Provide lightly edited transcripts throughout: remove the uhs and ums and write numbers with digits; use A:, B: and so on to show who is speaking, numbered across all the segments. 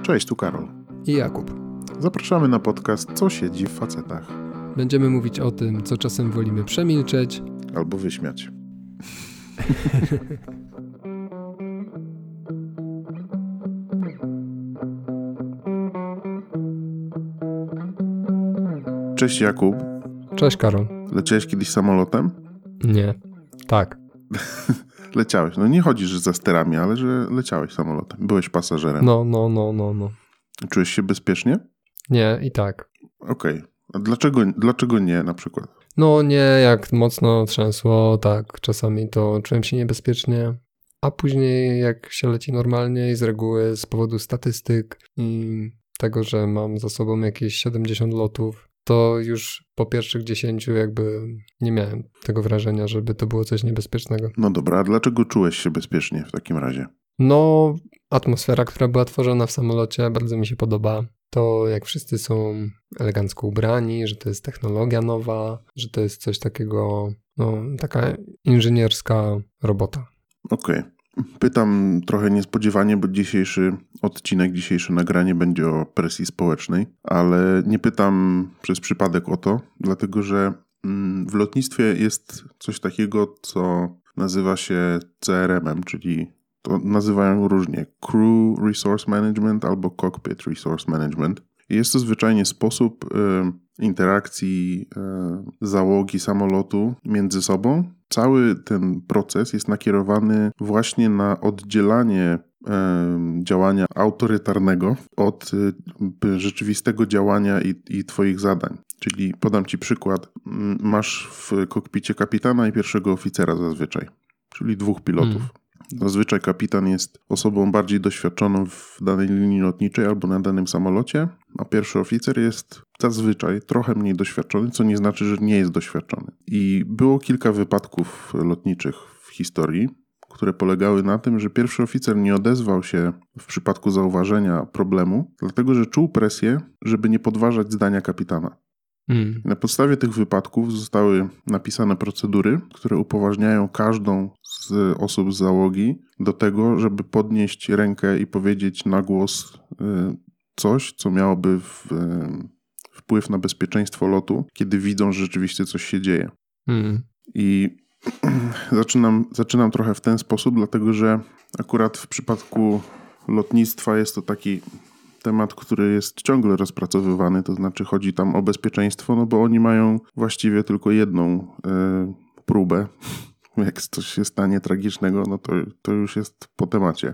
A: Cześć, tu Karol.
B: I Jakub.
A: Zapraszamy na podcast Co siedzi w facetach.
B: Będziemy mówić o tym, co czasem wolimy przemilczeć
A: Albo wyśmiać. Cześć Jakub.
B: Cześć Karol.
A: Leciałeś kiedyś samolotem?
B: Nie. Tak.
A: Leciałeś. No nie chodzisz za sterami, ale że leciałeś samolotem. Byłeś pasażerem.
B: No.
A: Czułeś się bezpiecznie?
B: Nie i tak.
A: Okej. A dlaczego nie na przykład?
B: No nie, jak mocno trzęsło, tak, czasami to czułem się niebezpiecznie, a później jak się leci normalnie i z reguły z powodu statystyk i tego, że mam za sobą jakieś 70 lotów, to już po pierwszych 10 jakby nie miałem tego wrażenia, żeby to było coś niebezpiecznego.
A: No dobra, a dlaczego czułeś się bezpiecznie w takim razie?
B: No, atmosfera, która była tworzona w samolocie, bardzo mi się podoba. To jak wszyscy są elegancko ubrani, że to jest technologia nowa, że to jest coś takiego, no taka inżynierska robota.
A: Okej. Pytam trochę niespodziewanie, bo dzisiejsze nagranie będzie o presji społecznej, ale nie pytam przez przypadek o to, dlatego że w lotnictwie jest coś takiego, co nazywa się CRM-em, czyli to nazywają różnie Crew Resource Management albo Cockpit Resource Management. Jest to zwyczajnie sposób interakcji załogi samolotu między sobą. Cały ten proces jest nakierowany właśnie na oddzielanie działania autorytarnego od rzeczywistego działania i twoich zadań. Czyli podam ci przykład. Masz w kokpicie kapitana i pierwszego oficera zazwyczaj, czyli 2 pilotów. Zazwyczaj kapitan jest osobą bardziej doświadczoną w danej linii lotniczej albo na danym samolocie, a pierwszy oficer jest zazwyczaj trochę mniej doświadczony, co nie znaczy, że nie jest doświadczony. I było kilka wypadków lotniczych w historii, które polegały na tym, że pierwszy oficer nie odezwał się w przypadku zauważenia problemu, dlatego że czuł presję, żeby nie podważać zdania kapitana. Na podstawie tych wypadków zostały napisane procedury, które upoważniają każdą z osób z załogi do tego, żeby podnieść rękę i powiedzieć na głos coś, co miałoby wpływ na bezpieczeństwo lotu, kiedy widzą, że rzeczywiście coś się dzieje. I zaczynam trochę w ten sposób, dlatego że akurat w przypadku lotnictwa jest to taki temat, który jest ciągle rozpracowywany, to znaczy chodzi tam o bezpieczeństwo, no bo oni mają właściwie tylko jedną próbę. Jak coś się stanie tragicznego, no to już jest po temacie.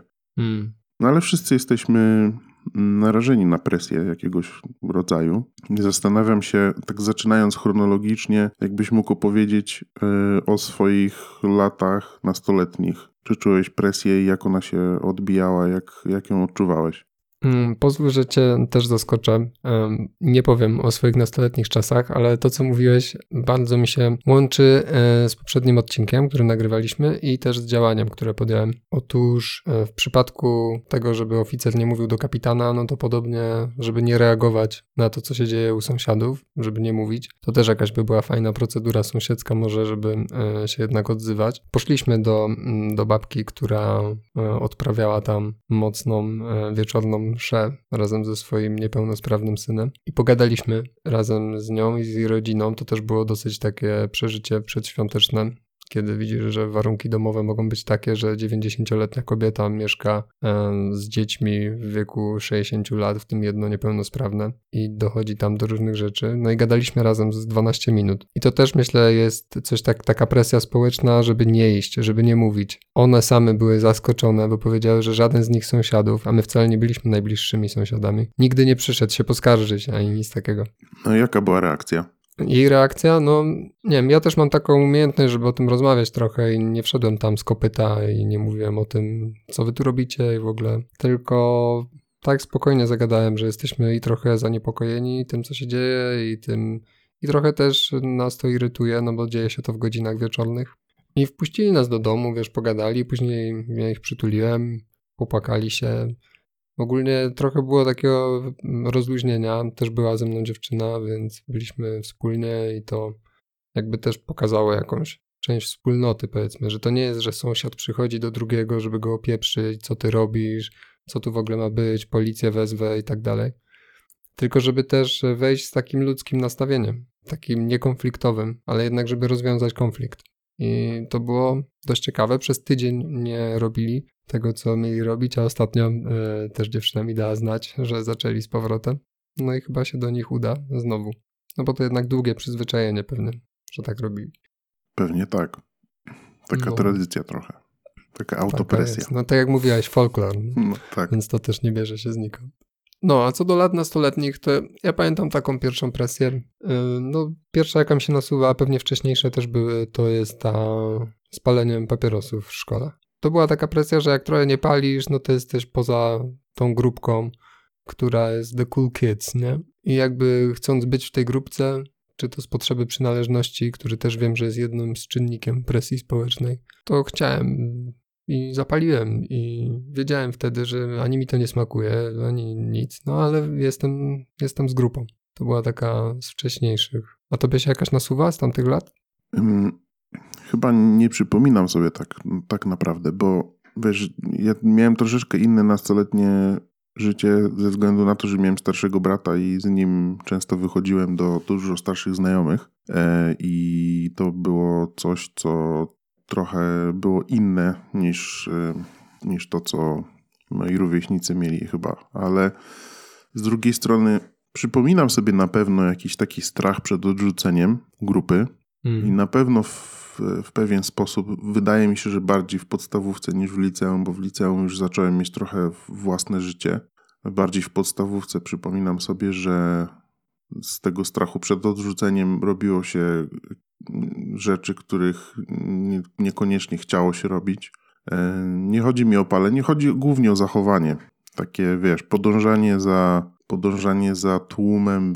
A: No ale wszyscy jesteśmy narażeni na presję jakiegoś rodzaju. Zastanawiam się, tak zaczynając chronologicznie, jakbyś mógł opowiedzieć o swoich latach nastoletnich. Czy czułeś presję i jak ona się odbijała, jak ją odczuwałeś?
B: Pozwól, że cię też zaskoczę. Nie powiem o swoich nastoletnich czasach, ale to, co mówiłeś, bardzo mi się łączy z poprzednim odcinkiem, który nagrywaliśmy i też z działaniem, które podjąłem. Otóż w przypadku tego, żeby oficer nie mówił do kapitana, no to podobnie, żeby nie reagować na to, co się dzieje u sąsiadów, żeby nie mówić, to też jakaś by była fajna procedura sąsiedzka może, żeby się jednak odzywać. Poszliśmy do babki, która odprawiała tam mocną wieczorną mszę razem ze swoim niepełnosprawnym synem i pogadaliśmy razem z nią i z jej rodziną. To też było dosyć takie przeżycie przedświąteczne, kiedy widzisz, że warunki domowe mogą być takie, że 90-letnia kobieta mieszka z dziećmi w wieku 60 lat, w tym jedno niepełnosprawne i dochodzi tam do różnych rzeczy. No i gadaliśmy razem z 12 minut. I to też myślę jest coś taka presja społeczna, żeby nie iść, żeby nie mówić. One same były zaskoczone, bo powiedziały, że żaden z nich sąsiadów, a my wcale nie byliśmy najbliższymi sąsiadami, nigdy nie przyszedł się poskarżyć ani nic takiego.
A: No jaka była reakcja?
B: Jej reakcja? No nie wiem, ja też mam taką umiejętność, żeby o tym rozmawiać trochę i nie wszedłem tam z kopyta i nie mówiłem o tym, co wy tu robicie i w ogóle, tylko tak spokojnie zagadałem, że jesteśmy i trochę zaniepokojeni tym, co się dzieje i trochę też nas to irytuje, no bo dzieje się to w godzinach wieczornych. I wpuścili nas do domu, wiesz, pogadali, później ja ich przytuliłem, popłakali się. Ogólnie trochę było takiego rozluźnienia, też była ze mną dziewczyna, więc byliśmy wspólnie i to jakby też pokazało jakąś część wspólnoty, powiedzmy, że to nie jest, że sąsiad przychodzi do drugiego, żeby go opieprzyć, co ty robisz, co tu w ogóle ma być, policję wezwę i tak dalej. Tylko żeby też wejść z takim ludzkim nastawieniem, takim niekonfliktowym, ale jednak żeby rozwiązać konflikt. I to było dość ciekawe. Przez tydzień nie robili tego, co mieli robić, a ostatnio też dziewczyna mi dała znać, że zaczęli z powrotem. No i chyba się do nich uda znowu. No bo to jednak długie przyzwyczajenie pewnie, że tak robili.
A: Pewnie tak. Taka tradycja trochę. Taka autopresja.
B: No tak jak mówiłeś, folklor.
A: No, tak.
B: Więc to też nie bierze się znikąd. No, a co do lat nastoletnich, to ja pamiętam taką pierwszą presję. No, pierwsza jaka mi się nasuwa, a pewnie wcześniejsze też były, to jest ta z paleniem papierosów w szkole. To była taka presja, że jak trochę nie palisz, no to jesteś poza tą grupką, która jest the cool kids, nie? I jakby chcąc być w tej grupce, czy to z potrzeby przynależności, który też wiem, że jest jednym z czynnikiem presji społecznej, to chciałem i zapaliłem i wiedziałem wtedy, że ani mi to nie smakuje, ani nic, no ale jestem z grupą. To była taka z wcześniejszych. A tobie się jakaś nasuwa z tamtych lat?
A: Chyba nie przypominam sobie tak naprawdę, bo wiesz, ja miałem troszeczkę inne nastoletnie życie ze względu na to, że miałem starszego brata i z nim często wychodziłem do dużo starszych znajomych i to było coś, co trochę było inne niż to, co moi rówieśnicy mieli chyba, ale z drugiej strony przypominam sobie na pewno jakiś taki strach przed odrzuceniem grupy i na pewno w pewien sposób wydaje mi się, że bardziej w podstawówce niż w liceum, bo w liceum już zacząłem mieć trochę własne życie. Bardziej w podstawówce przypominam sobie, że z tego strachu przed odrzuceniem robiło się rzeczy, których niekoniecznie chciało się robić. Nie chodzi mi o palenie, chodzi głównie o zachowanie. Takie, wiesz, podążanie za tłumem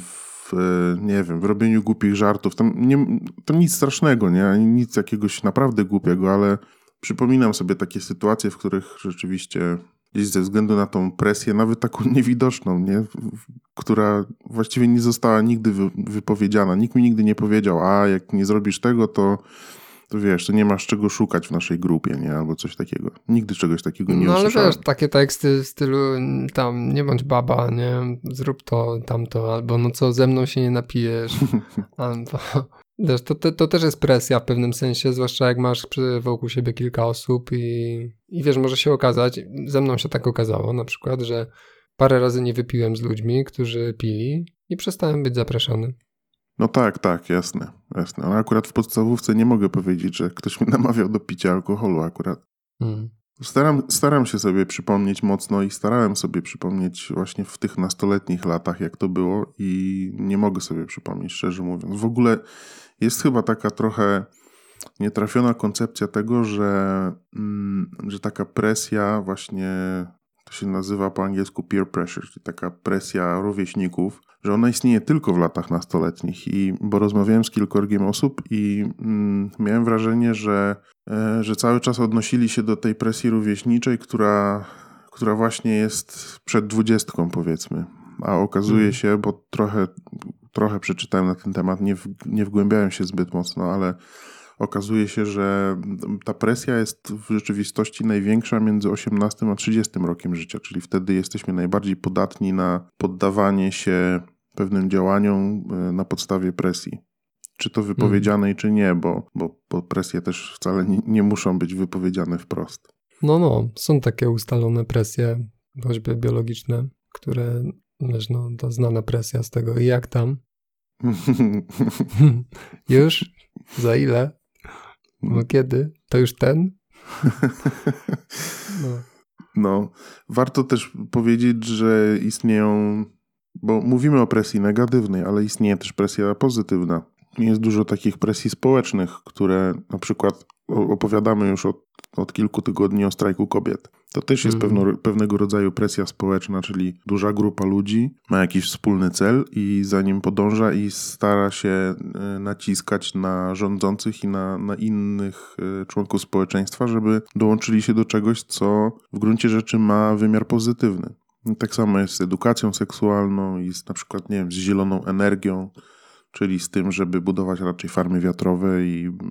A: w robieniu głupich żartów. To nic strasznego, nie? Ani nic jakiegoś naprawdę głupiego, ale przypominam sobie takie sytuacje, w których rzeczywiście gdzieś ze względu na tą presję, nawet taką niewidoczną, nie? Która właściwie nie została nigdy wypowiedziana. Nikt mi nigdy nie powiedział, a jak nie zrobisz tego, to wiesz, to nie masz czego szukać w naszej grupie, nie? Albo coś takiego. Nigdy czegoś takiego nie usłyszałem.
B: No ale wiesz, takie teksty w stylu tam nie bądź baba, nie? Zrób to, tamto, albo no co, ze mną się nie napijesz. Albo, wiesz, to też jest presja w pewnym sensie, zwłaszcza jak masz wokół siebie kilka osób i wiesz, może się okazać, ze mną się tak okazało na przykład, że parę razy nie wypiłem z ludźmi, którzy pili i przestałem być zapraszany.
A: No tak, jasne. Ale akurat w podstawówce nie mogę powiedzieć, że ktoś mnie namawiał do picia alkoholu akurat. Staram się sobie przypomnieć mocno i starałem sobie przypomnieć właśnie w tych nastoletnich latach, jak to było i nie mogę sobie przypomnieć, szczerze mówiąc. W ogóle jest chyba taka trochę nietrafiona koncepcja tego, że taka presja właśnie, to się nazywa po angielsku peer pressure, czyli taka presja rówieśników, że ona istnieje tylko w latach nastoletnich. Bo rozmawiałem z kilkorgiem osób i miałem wrażenie, że cały czas odnosili się do tej presji rówieśniczej, która właśnie jest przed 20, powiedzmy. A okazuje się, bo trochę przeczytałem na ten temat, nie wgłębiałem się zbyt mocno, ale okazuje się, że ta presja jest w rzeczywistości największa między 18 a 30 rokiem życia, czyli wtedy jesteśmy najbardziej podatni na poddawanie się pewnym działaniom na podstawie presji. Czy to wypowiedzianej, czy nie, bo presje też wcale nie muszą być wypowiedziane wprost.
B: No, są takie ustalone presje, choćby biologiczne, które, wiesz, no, to znana presja z tego. I jak tam? Już? Za ile? No kiedy? To już ten?
A: No, warto też powiedzieć, że istnieją, bo mówimy o presji negatywnej, ale istnieje też presja pozytywna. Jest dużo takich presji społecznych, które na przykład opowiadamy już od kilku tygodni o strajku kobiet. To też jest pewnego rodzaju presja społeczna, czyli duża grupa ludzi ma jakiś wspólny cel i za nim podąża i stara się naciskać na rządzących i na innych członków społeczeństwa, żeby dołączyli się do czegoś, co w gruncie rzeczy ma wymiar pozytywny. I tak samo jest z edukacją seksualną i na przykład, nie wiem, z zieloną energią, czyli z tym, żeby budować raczej farmy wiatrowe i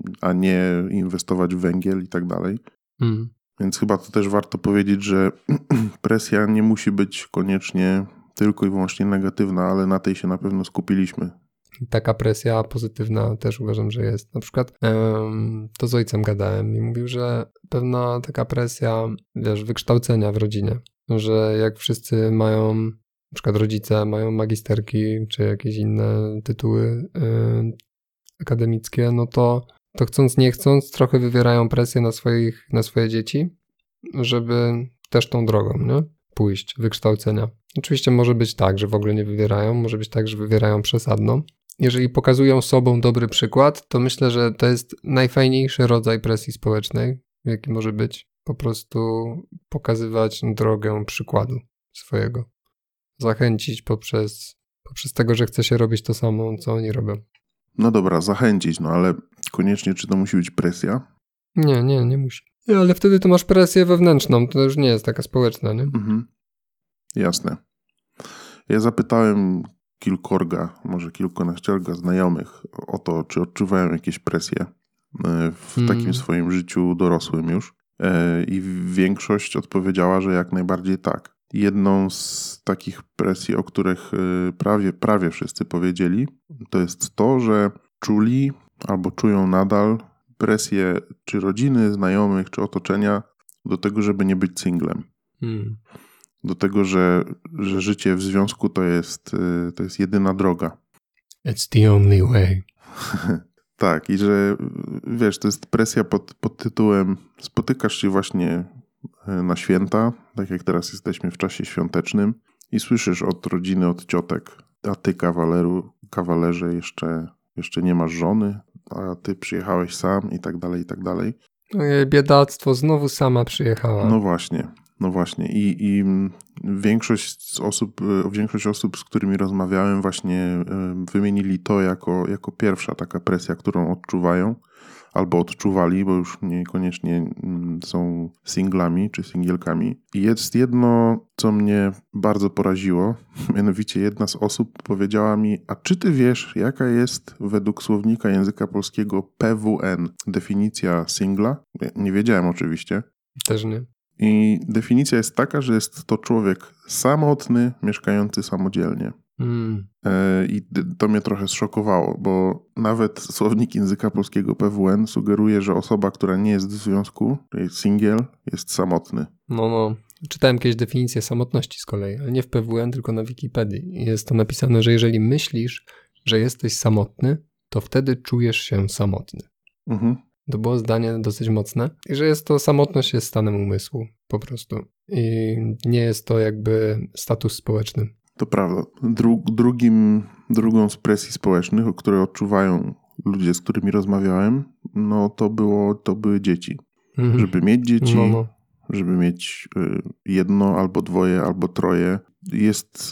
A: a nie inwestować w węgiel i tak dalej. Więc chyba to też warto powiedzieć, że presja nie musi być koniecznie tylko i wyłącznie negatywna, ale na tej się na pewno skupiliśmy.
B: Taka presja pozytywna też uważam, że jest. Na przykład to z ojcem gadałem i mówił, że pewna taka presja, wykształcenia w rodzinie, że jak wszyscy mają, na przykład rodzice mają magisterki czy jakieś inne tytuły akademickie, no to chcąc nie chcąc trochę wywierają presję na swoje dzieci, żeby też tą drogą, nie? Pójść, wykształcenia. Oczywiście może być tak, że w ogóle nie wywierają, może być tak, że wywierają przesadną. Jeżeli pokazują sobą dobry przykład, to myślę, że to jest najfajniejszy rodzaj presji społecznej, jaki może być. Po prostu pokazywać drogę przykładu swojego. Zachęcić poprzez tego, że chce się robić to samo, co oni robią.
A: No dobra, zachęcić, no ale koniecznie czy to musi być presja?
B: Nie musi. Ale wtedy to masz presję wewnętrzną, to już nie jest taka społeczna, nie?
A: Jasne. Ja zapytałem może kilkunaściorga znajomych o to, czy odczuwają jakieś presje w takim swoim życiu dorosłym już. I większość odpowiedziała, że jak najbardziej tak. Jedną z takich presji, o których prawie wszyscy powiedzieli, to jest to, że czuli albo czują nadal presję czy rodziny, znajomych, czy otoczenia do tego, żeby nie być singlem. Do tego, że życie w związku to jest jedyna droga.
B: It's the only way.
A: Tak, i że wiesz, to jest presja pod tytułem spotykasz się właśnie na święta, tak jak teraz jesteśmy w czasie świątecznym i słyszysz od rodziny, od ciotek, a ty kawalerze jeszcze nie masz żony, a ty przyjechałeś sam i tak dalej, i tak dalej.
B: Ojej, biedactwo, znowu sama przyjechała.
A: No właśnie. I większość osób, z którymi rozmawiałem, właśnie wymienili to jako pierwsza taka presja, którą odczuwają albo odczuwali, bo już niekoniecznie są singlami czy singielkami. I jest jedno, co mnie bardzo poraziło, mianowicie jedna z osób powiedziała mi, a czy ty wiesz, jaka jest według słownika języka polskiego PWN definicja singla? Nie wiedziałem oczywiście.
B: Też nie.
A: I definicja jest taka, że jest to człowiek samotny, mieszkający samodzielnie. I to mnie trochę zszokowało, bo nawet słownik języka polskiego PWN sugeruje, że osoba, która nie jest w związku, jest singiel, jest samotny.
B: No. Czytałem kiedyś definicję samotności z kolei, ale nie w PWN, tylko na Wikipedii. Jest to napisane, że jeżeli myślisz, że jesteś samotny, to wtedy czujesz się samotny. To było zdanie dosyć mocne. I że samotność jest stanem umysłu po prostu. I nie jest to jakby status społeczny.
A: To prawda. Drugą z presji społecznych, o której odczuwają ludzie, z którymi rozmawiałem, no to były dzieci. Żeby mieć dzieci, żeby mieć jedno, albo dwoje, albo troje. Jest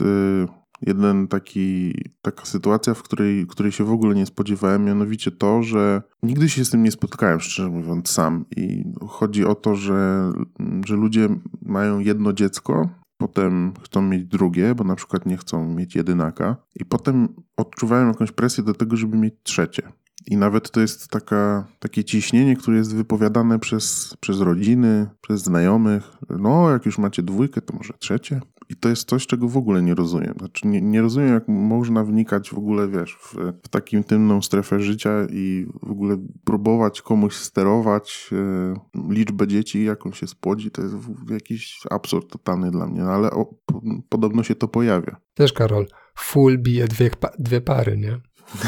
A: taka sytuacja, w której się w ogóle nie spodziewałem, mianowicie to, że nigdy się z tym nie spotkałem, szczerze mówiąc, sam. I chodzi o to, że ludzie mają jedno dziecko, potem chcą mieć drugie, bo na przykład nie chcą mieć jedynaka i potem odczuwają jakąś presję do tego, żeby mieć trzecie. I nawet to jest takie ciśnienie, które jest wypowiadane przez rodziny, przez znajomych. No, jak już macie dwójkę, to może trzecie. I to jest coś, czego w ogóle nie rozumiem. Znaczy nie rozumiem, jak można wnikać w ogóle, wiesz, w takim tymną strefę życia i w ogóle próbować komuś sterować liczbę dzieci, jaką się spłodzi. To jest jakiś absurd totalny dla mnie, no, ale podobno się to pojawia.
B: Też, Karol, full bije dwie pary, nie?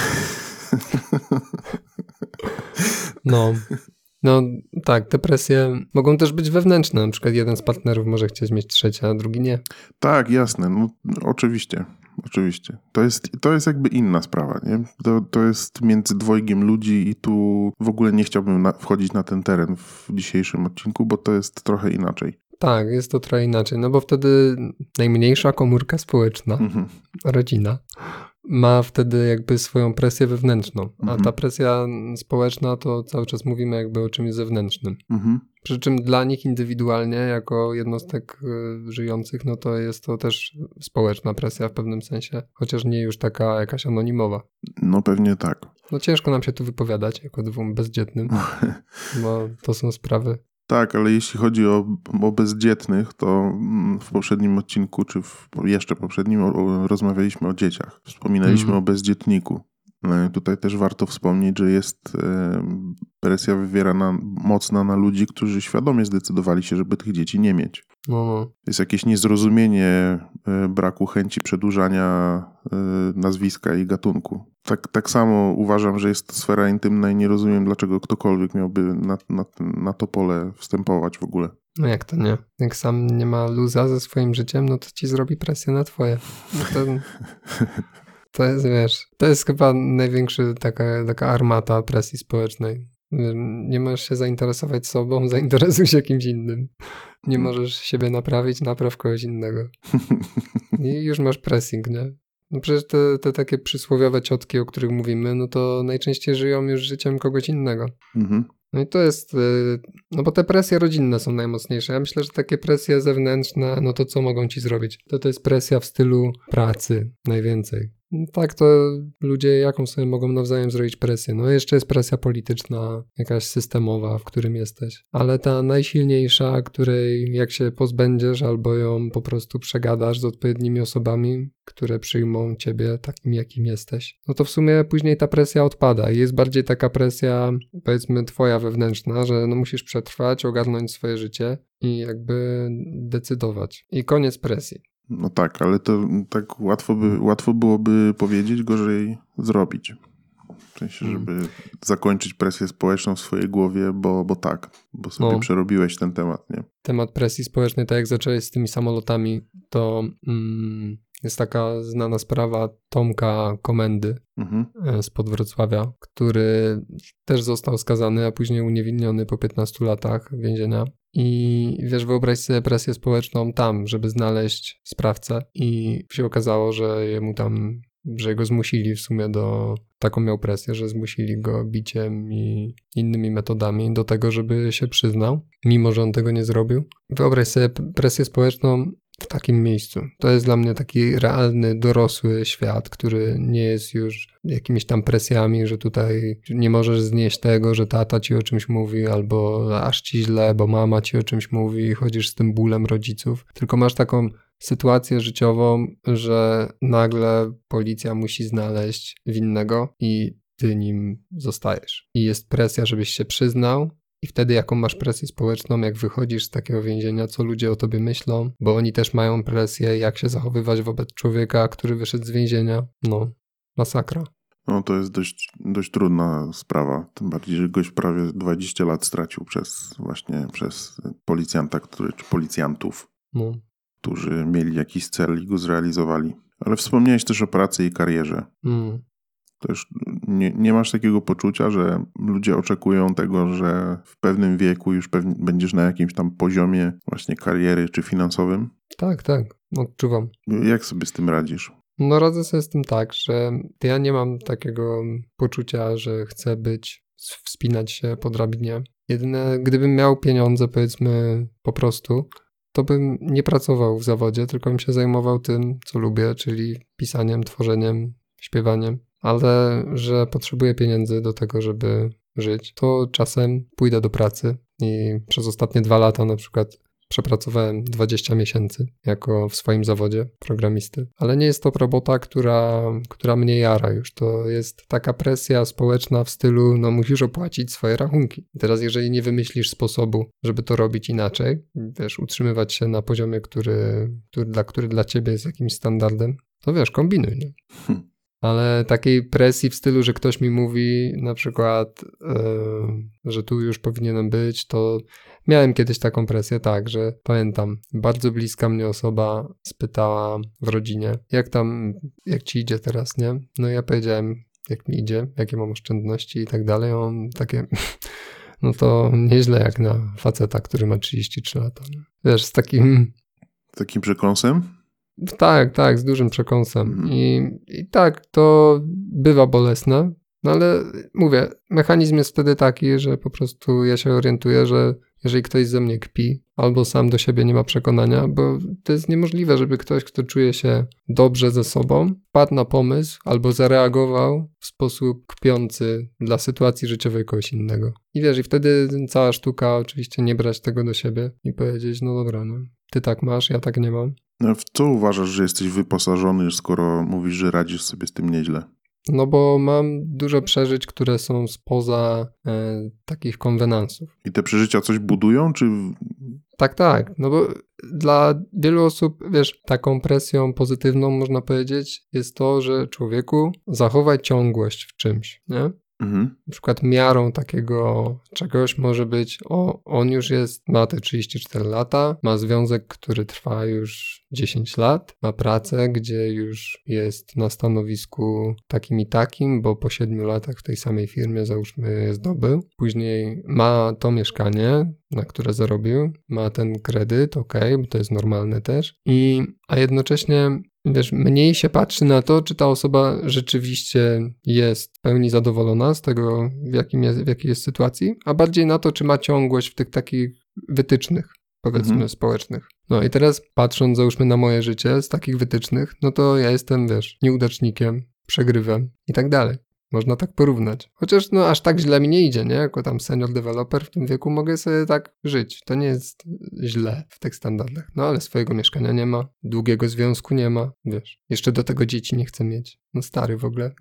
B: No tak, te presje mogą też być wewnętrzne. Na przykład jeden z partnerów może chcieć mieć trzecie, a drugi nie.
A: Tak, jasne. No, oczywiście. To jest jakby inna sprawa, nie? To jest między dwojgiem ludzi i tu w ogóle nie chciałbym wchodzić na ten teren w dzisiejszym odcinku, bo to jest trochę inaczej.
B: Tak, jest to trochę inaczej, no bo wtedy najmniejsza komórka społeczna, rodzina, ma wtedy jakby swoją presję wewnętrzną, a ta presja społeczna to cały czas mówimy jakby o czymś zewnętrznym. Przy czym dla nich indywidualnie, jako jednostek żyjących, no to jest to też społeczna presja w pewnym sensie, chociaż nie już taka jakaś anonimowa.
A: No pewnie tak.
B: No ciężko nam się tu wypowiadać jako dwóm bezdzietnym, bo to są sprawy.
A: Tak, ale jeśli chodzi o bezdzietnych, to w poprzednim odcinku, czy jeszcze poprzednim rozmawialiśmy o dzieciach. Wspominaliśmy o bezdzietniku. Tutaj też warto wspomnieć, że jest presja wywierana mocna na ludzi, którzy świadomie zdecydowali się, żeby tych dzieci nie mieć.
B: No.
A: Jest jakieś niezrozumienie braku chęci przedłużania nazwiska i gatunku. Tak samo uważam, że jest to sfera intymna i nie rozumiem, dlaczego ktokolwiek miałby na to pole wstępować w ogóle.
B: No jak to nie? Jak sam nie ma luza ze swoim życiem, no to ci zrobi presję na twoje. No to jest, wiesz, to jest chyba największa taka armata presji społecznej. Nie możesz się zainteresować sobą, zainteresuj się kimś innym. Nie możesz siebie naprawić, napraw kogoś innego. I już masz pressing, nie? No przecież te takie przysłowiowe ciotki, o których mówimy, no to najczęściej żyją już życiem kogoś innego. No i to jest, no bo te presje rodzinne są najmocniejsze. Ja myślę, że takie presje zewnętrzne, no to co mogą ci zrobić? To jest presja w stylu pracy najwięcej. Tak to ludzie jaką sobie mogą nawzajem zrobić presję? No jeszcze jest presja polityczna, jakaś systemowa, w którym jesteś. Ale ta najsilniejsza, której jak się pozbędziesz albo ją po prostu przegadasz z odpowiednimi osobami, które przyjmą ciebie takim, jakim jesteś, no to w sumie później ta presja odpada i jest bardziej taka presja, powiedzmy twoja wewnętrzna, że no musisz przetrwać, ogarnąć swoje życie i jakby decydować. I koniec presji.
A: No tak, ale to tak łatwo byłoby powiedzieć, gorzej zrobić. W sensie, żeby zakończyć presję społeczną w swojej głowie, bo sobie przerobiłeś ten temat, nie?
B: Temat presji społecznej, tak jak zacząłeś z tymi samolotami, to jest taka znana sprawa Tomka Komendy spod Wrocławia, który też został skazany, a później uniewinniony po 15 latach więzienia. I wiesz, wyobraź sobie presję społeczną tam, żeby znaleźć sprawcę i się okazało, że go zmusili w sumie taką miał presję, że zmusili go biciem i innymi metodami do tego, żeby się przyznał, mimo że on tego nie zrobił. Wyobraź sobie presję społeczną w takim miejscu. To jest dla mnie taki realny, dorosły świat, który nie jest już jakimiś tam presjami, że tutaj nie możesz znieść tego, że tata ci o czymś mówi, albo aż ci źle, bo mama ci o czymś mówi i chodzisz z tym bólem rodziców. Tylko masz taką sytuację życiową, że nagle policja musi znaleźć winnego i ty nim zostajesz. I jest presja, żebyś się przyznał. I wtedy jaką masz presję społeczną, jak wychodzisz z takiego więzienia, co ludzie o tobie myślą, bo oni też mają presję, jak się zachowywać wobec człowieka, który wyszedł z więzienia. No, masakra.
A: No to jest dość trudna sprawa, tym bardziej, że gość prawie 20 lat stracił przez policjanta, czy policjantów, którzy mieli jakiś cel i go zrealizowali. Ale wspomniałeś też o pracy i karierze. Też nie masz takiego poczucia, że ludzie oczekują tego, że w pewnym wieku już będziesz na jakimś tam poziomie właśnie kariery czy finansowym?
B: Tak, odczuwam.
A: Jak sobie z tym radzisz?
B: No radzę sobie z tym tak, że ja nie mam takiego poczucia, że chcę wspinać się po drabinie. Jedyne, gdybym miał pieniądze, powiedzmy po prostu, to bym nie pracował w zawodzie, tylko bym się zajmował tym, co lubię, czyli pisaniem, tworzeniem, śpiewaniem. Ale że potrzebuję pieniędzy do tego, żeby żyć, to czasem pójdę do pracy i przez ostatnie 2 lata na przykład przepracowałem 20 miesięcy w swoim zawodzie programisty. Ale nie jest to robota, która mnie jara już. To jest taka presja społeczna w stylu, no musisz opłacić swoje rachunki. I teraz jeżeli nie wymyślisz sposobu, żeby to robić inaczej, wiesz, utrzymywać się na poziomie, który dla ciebie jest jakimś standardem, to wiesz, kombinuj, nie? Ale takiej presji w stylu, że ktoś mi mówi na przykład, że tu już powinienem być, to miałem kiedyś taką presję, tak, że pamiętam, bardzo bliska mnie osoba spytała w rodzinie, jak ci idzie teraz, nie? No ja powiedziałem, jak mi idzie, jakie mam oszczędności i tak dalej, on takie, no to nieźle jak na faceta, który ma 33 lata, nie? Wiesz, z takim
A: przekąsem?
B: Tak, z dużym przekąsem. I tak, to bywa bolesne, no ale mówię, mechanizm jest wtedy taki, że po prostu ja się orientuję, że jeżeli ktoś ze mnie kpi, albo sam do siebie nie ma przekonania, bo to jest niemożliwe, żeby ktoś, kto czuje się dobrze ze sobą, wpadł na pomysł albo zareagował w sposób kpiący dla sytuacji życiowej kogoś innego. I wiesz, i wtedy cała sztuka oczywiście nie brać tego do siebie i powiedzieć, no dobra, no, ty tak masz, ja tak nie mam.
A: No, w co uważasz, że jesteś wyposażony, skoro mówisz, że radzisz sobie z tym nieźle?
B: No bo mam dużo przeżyć, które są spoza takich konwenansów.
A: I te przeżycia coś budują, czy...
B: Tak, no bo dla wielu osób, wiesz, taką presją pozytywną można powiedzieć jest to, że człowieku zachowaj ciągłość w czymś, nie?
A: Mhm.
B: Na przykład miarą takiego czegoś może być, on już ma te 34 lata, ma związek, który trwa już 10 lat, ma pracę, gdzie już jest na stanowisku takim i takim, bo po 7 latach w tej samej firmie załóżmy je zdobył. Później ma to mieszkanie, na które zarobił, ma ten kredyt, bo to jest normalne też. A jednocześnie wiesz, mniej się patrzy na to, czy ta osoba rzeczywiście jest w pełni zadowolona z tego, w jakiej jest sytuacji, a bardziej na to, czy ma ciągłość w tych takich wytycznych, powiedzmy, społecznych. No i teraz patrząc, załóżmy, na moje życie z takich wytycznych, no to ja jestem, wiesz, nieudacznikiem, przegrywem i tak dalej. Można tak porównać. Chociaż no aż tak źle mi nie idzie, nie? Jako tam senior developer w tym wieku mogę sobie tak żyć. To nie jest źle w tych standardach. No ale swojego mieszkania nie ma, długiego związku nie ma, wiesz. Jeszcze do tego dzieci nie chcę mieć. No stary w ogóle.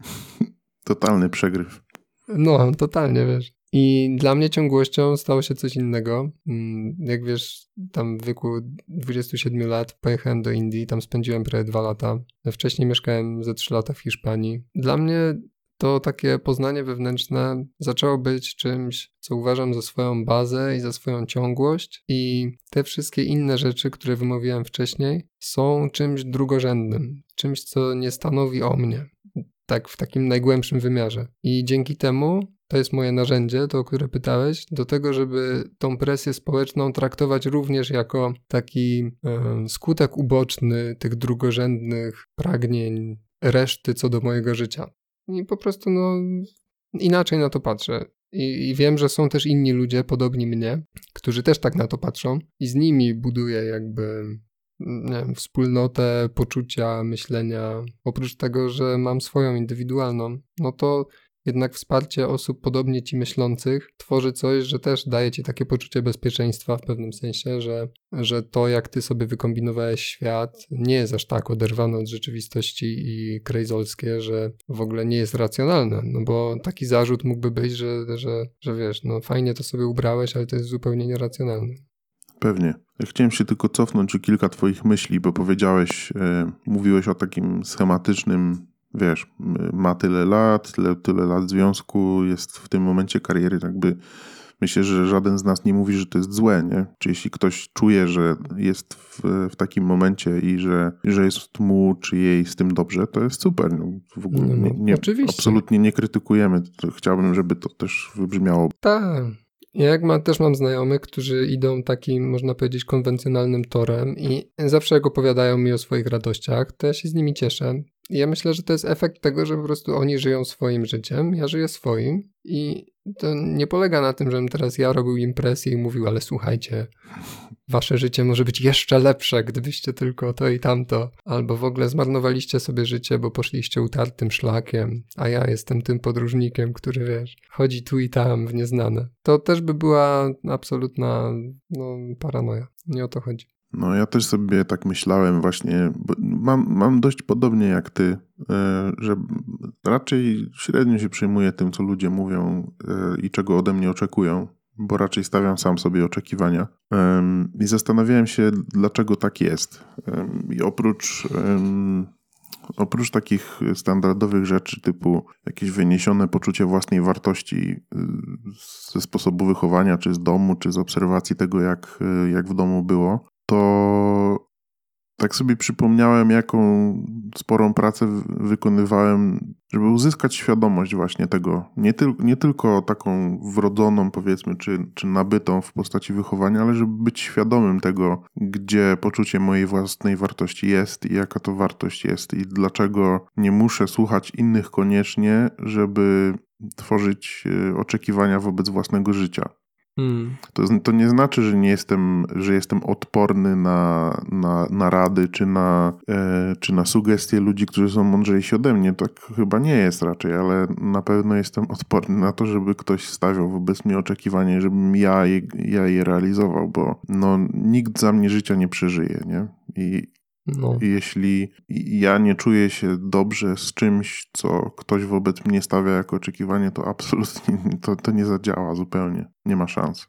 A: Totalny przegryw.
B: No, totalnie, wiesz. I dla mnie ciągłością stało się coś innego. Jak wiesz, tam w wieku 27 lat pojechałem do Indii, tam spędziłem prawie 2 lata. Wcześniej mieszkałem ze 3 lata w Hiszpanii. Dla mnie to takie poznanie wewnętrzne zaczęło być czymś, co uważam za swoją bazę i za swoją ciągłość, i te wszystkie inne rzeczy, które wymawiałem wcześniej, są czymś drugorzędnym, czymś, co nie stanowi o mnie, tak w takim najgłębszym wymiarze. I dzięki temu to jest moje narzędzie, to o które pytałeś, do tego, żeby tą presję społeczną traktować również jako taki skutek uboczny tych drugorzędnych pragnień reszty co do mojego życia. I po prostu inaczej na to patrzę. I wiem, że są też inni ludzie podobni mnie, którzy też tak na to patrzą i z nimi buduję jakby, nie wiem, wspólnotę poczucia, myślenia. Oprócz tego, że mam swoją indywidualną, no to jednak wsparcie osób podobnie ci myślących tworzy coś, że też daje ci takie poczucie bezpieczeństwa w pewnym sensie, że to, jak ty sobie wykombinowałeś świat, nie jest aż tak oderwane od rzeczywistości i krejzolskie, że w ogóle nie jest racjonalne. No bo taki zarzut mógłby być, że wiesz, no fajnie to sobie ubrałeś, ale to jest zupełnie nieracjonalne.
A: Pewnie. Ja chciałem się tylko cofnąć o kilka twoich myśli, bo mówiłeś o takim schematycznym, wiesz, ma tyle lat związku, jest w tym momencie kariery, jakby myślę, że żaden z nas nie mówi, że to jest złe, nie? Czy jeśli ktoś czuje, że jest w takim momencie i że jest mu czy jej z tym dobrze, to jest super. No, w ogóle absolutnie nie krytykujemy. Chciałbym, żeby to też wybrzmiało.
B: Tak. Ja też mam znajomych, którzy idą takim, można powiedzieć, konwencjonalnym torem i zawsze jak opowiadają mi o swoich radościach, to ja się z nimi cieszę. I ja myślę, że to jest efekt tego, że po prostu oni żyją swoim życiem, ja żyję swoim i to nie polega na tym, żebym teraz ja robił impresję i mówił, ale słuchajcie, wasze życie może być jeszcze lepsze, gdybyście tylko to i tamto, albo w ogóle zmarnowaliście sobie życie, bo poszliście utartym szlakiem, a ja jestem tym podróżnikiem, który, wiesz, chodzi tu i tam w nieznane. To też by była absolutna paranoja. Nie o to chodzi.
A: No ja też sobie tak myślałem właśnie, bo mam dość podobnie jak ty, że raczej średnio się przejmuję tym, co ludzie mówią i czego ode mnie oczekują, bo raczej stawiam sam sobie oczekiwania. I zastanawiałem się, dlaczego tak jest. I oprócz takich standardowych rzeczy typu jakieś wyniesione poczucie własnej wartości ze sposobu wychowania, czy z domu, czy z obserwacji tego, jak w domu było, to tak sobie przypomniałem, jaką sporą pracę wykonywałem, żeby uzyskać świadomość właśnie tego. Nie tylko taką wrodzoną, powiedzmy, czy nabytą w postaci wychowania, ale żeby być świadomym tego, gdzie poczucie mojej własnej wartości jest i jaka to wartość jest i dlaczego nie muszę słuchać innych koniecznie, żeby tworzyć oczekiwania wobec własnego życia. To nie znaczy, że jestem odporny na rady czy na sugestie ludzi, którzy są mądrzejsi ode mnie. Tak chyba nie jest raczej, ale na pewno jestem odporny na to, żeby ktoś stawiał wobec mnie oczekiwanie, żebym ja je realizował, bo nikt za mnie życia nie przeżyje, nie? I jeśli ja nie czuję się dobrze z czymś, co ktoś wobec mnie stawia jako oczekiwanie, to absolutnie to nie zadziała zupełnie. Nie ma szans.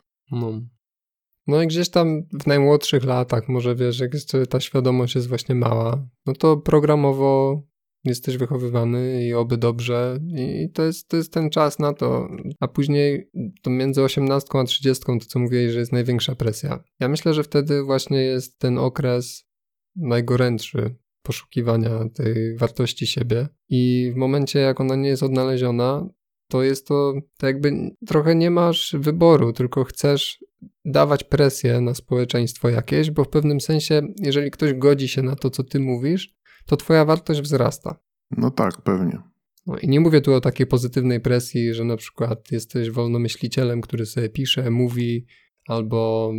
B: No i gdzieś tam w najmłodszych latach, może wiesz, jak jeszcze ta świadomość jest właśnie mała, no to programowo jesteś wychowywany i oby dobrze i to jest ten czas na to, a później to między 18 a 30, to co mówiłeś, że jest największa presja. Ja myślę, że wtedy właśnie jest ten okres najgorętszy poszukiwania tej wartości siebie i w momencie, jak ona nie jest odnaleziona, to jest to jakby trochę nie masz wyboru, tylko chcesz dawać presję na społeczeństwo jakieś, bo w pewnym sensie, jeżeli ktoś godzi się na to, co ty mówisz, to twoja wartość wzrasta.
A: No tak, pewnie.
B: No i nie mówię tu o takiej pozytywnej presji, że na przykład jesteś wolnomyślicielem, który sobie pisze, mówi albo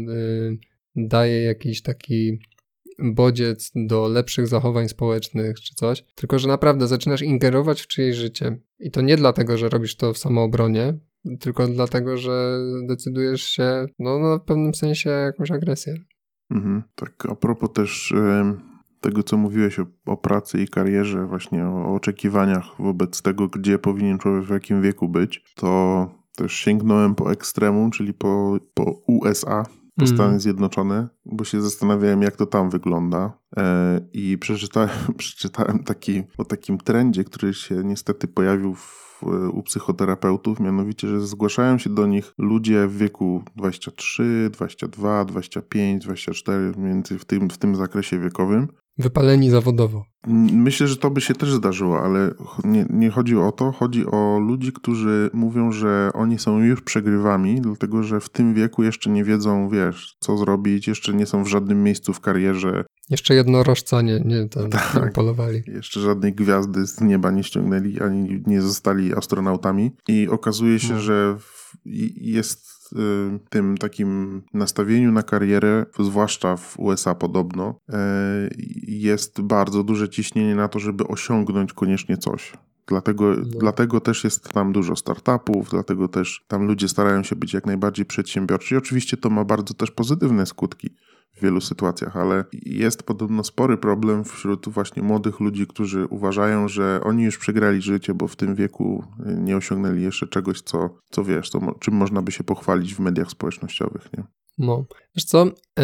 B: daje jakiś taki bodziec do lepszych zachowań społecznych czy coś, tylko że naprawdę zaczynasz ingerować w czyjeś życie i to nie dlatego, że robisz to w samoobronie, tylko dlatego, że decydujesz się w pewnym sensie jakąś agresję.
A: Tak, a propos też tego, co mówiłeś o pracy i karierze, właśnie o oczekiwaniach wobec tego, gdzie powinien człowiek w jakim wieku być, to też sięgnąłem po ekstremum, czyli po USA, po Stany Zjednoczone, bo się zastanawiałem, jak to tam wygląda. I przeczytałem o takim trendzie, który się niestety pojawił u psychoterapeutów, mianowicie, że zgłaszają się do nich ludzie w wieku 23, 22, 25, 24, mniej więcej w tym zakresie wiekowym.
B: Wypaleni zawodowo.
A: Myślę, że to by się też zdarzyło, ale nie chodzi o to. Chodzi o ludzi, którzy mówią, że oni są już przegrywami, dlatego że w tym wieku jeszcze nie wiedzą, co zrobić, jeszcze nie są w żadnym miejscu w karierze.
B: Jeszcze jednorożca nie polowali.
A: Jeszcze żadnej gwiazdy z nieba nie ściągnęli, ani nie zostali astronautami. I okazuje się, że jest tym takim nastawieniu na karierę, zwłaszcza w USA podobno, jest bardzo duże ciśnienie na to, żeby osiągnąć koniecznie coś. Dlatego też jest tam dużo startupów, dlatego też tam ludzie starają się być jak najbardziej przedsiębiorczy. I oczywiście to ma bardzo też pozytywne skutki w wielu sytuacjach, ale jest podobno spory problem wśród właśnie młodych ludzi, którzy uważają, że oni już przegrali życie, bo w tym wieku nie osiągnęli jeszcze czegoś, czym można by się pochwalić w mediach społecznościowych, nie?
B: No, wiesz co,